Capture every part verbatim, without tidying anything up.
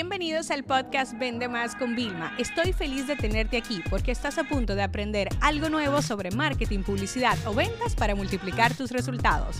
Bienvenidos al podcast Vende Más con Vilma. Estoy feliz de tenerte aquí porque estás a punto de aprender algo nuevo sobre marketing, publicidad o ventas para multiplicar tus resultados.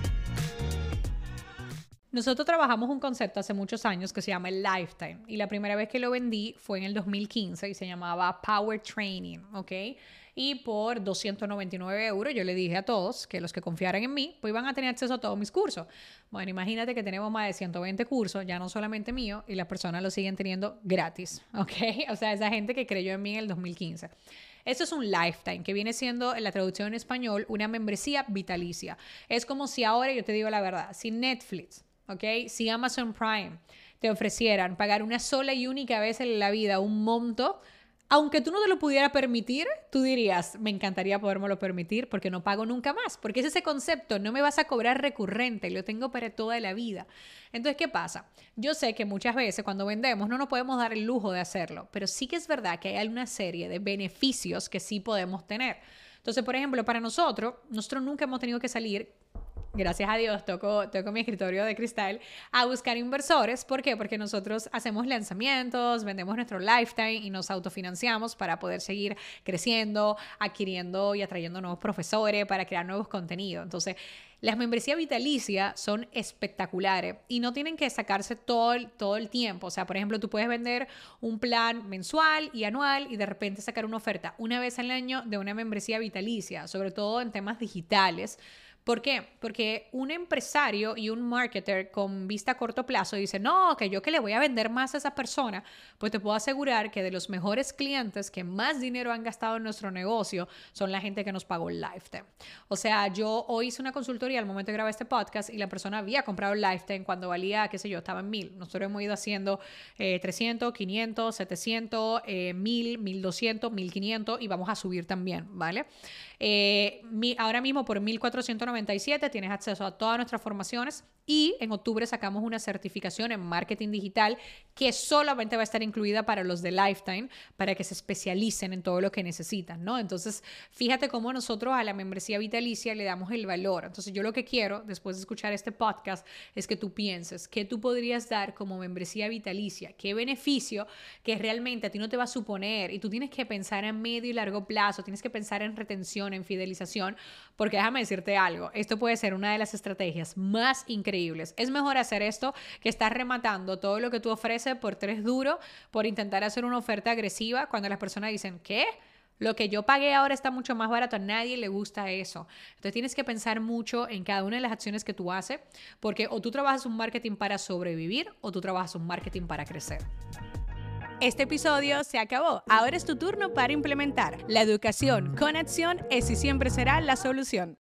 Nosotros trabajamos un concepto hace muchos años que se llama el Lifetime y la primera vez que lo vendí fue en el dos mil quince y se llamaba Power Training, ¿ok? Y por doscientos noventa y nueve euros yo le dije a todos que los que confiaran en mí pues iban a tener acceso a todos mis cursos. Bueno, imagínate que tenemos más de ciento veinte cursos, ya no solamente mío, y las personas lo siguen teniendo gratis, ¿ok? O sea, esa gente que creyó en mí en el dos mil quince. Esto es un lifetime, que viene siendo en la traducción en español una membresía vitalicia. Es como si ahora, yo te digo la verdad, si Netflix, ¿ok? Si Amazon Prime te ofrecieran pagar una sola y única vez en la vida un monto, aunque tú no te lo pudieras permitir, tú dirías, me encantaría podérmelo permitir porque no pago nunca más. Porque es ese concepto, no me vas a cobrar recurrente, lo tengo para toda la vida. Entonces, ¿qué pasa? Yo sé que muchas veces cuando vendemos no nos podemos dar el lujo de hacerlo, pero sí que es verdad que hay una serie de beneficios que sí podemos tener. Entonces, por ejemplo, para nosotros, nosotros nunca hemos tenido que salir, gracias a Dios, toco, toco mi escritorio de cristal, a buscar inversores. ¿Por qué? Porque nosotros hacemos lanzamientos, vendemos nuestro lifetime y nos autofinanciamos para poder seguir creciendo, adquiriendo y atrayendo nuevos profesores para crear nuevos contenidos. Entonces, las membresías vitalicias son espectaculares y no tienen que sacarse todo el, todo el tiempo. O sea, por ejemplo, tú puedes vender un plan mensual y anual y de repente sacar una oferta una vez al año de una membresía vitalicia, sobre todo en temas digitales. ¿Por qué? Porque un empresario y un marketer con vista a corto plazo dice, no, que yo que le voy a vender más a esa persona, pues te puedo asegurar que de los mejores clientes que más dinero han gastado en nuestro negocio son la gente que nos pagó el lifetime. O sea, yo hoy hice una consultoría al momento de grabar este podcast y la persona había comprado el lifetime cuando valía, qué sé yo, estaba en mil. Nosotros hemos ido haciendo eh, trescientos, quinientos, setecientos, eh, mil, mil doscientos, mil quinientos y vamos a subir también, ¿vale? Eh, mi, ahora mismo por mil cuatrocientos noventa y siete tienes acceso a todas nuestras formaciones y en octubre sacamos una certificación en marketing digital que solamente va a estar incluida para los de Lifetime para que se especialicen en todo lo que necesitan, ¿no? Entonces, fíjate cómo nosotros a la membresía vitalicia le damos el valor. Entonces, yo lo que quiero después de escuchar este podcast es que tú pienses qué tú podrías dar como membresía vitalicia, qué beneficio que realmente a ti no te va a suponer y tú tienes que pensar a medio y largo plazo, tienes que pensar en retención, en fidelización, porque déjame decirte algo, esto puede ser una de las estrategias más increíbles. Es mejor hacer esto que estar rematando todo lo que tú ofreces por tres duros, por intentar hacer una oferta agresiva cuando las personas dicen, ¿qué? Lo que yo pagué ahora está mucho más barato, a nadie le gusta eso. Entonces tienes que pensar mucho en cada una de las acciones que tú haces, porque o tú trabajas un marketing para sobrevivir o tú trabajas un marketing para crecer. Este episodio se acabó. Ahora es tu turno para implementar. La educación con acción es y siempre será la solución.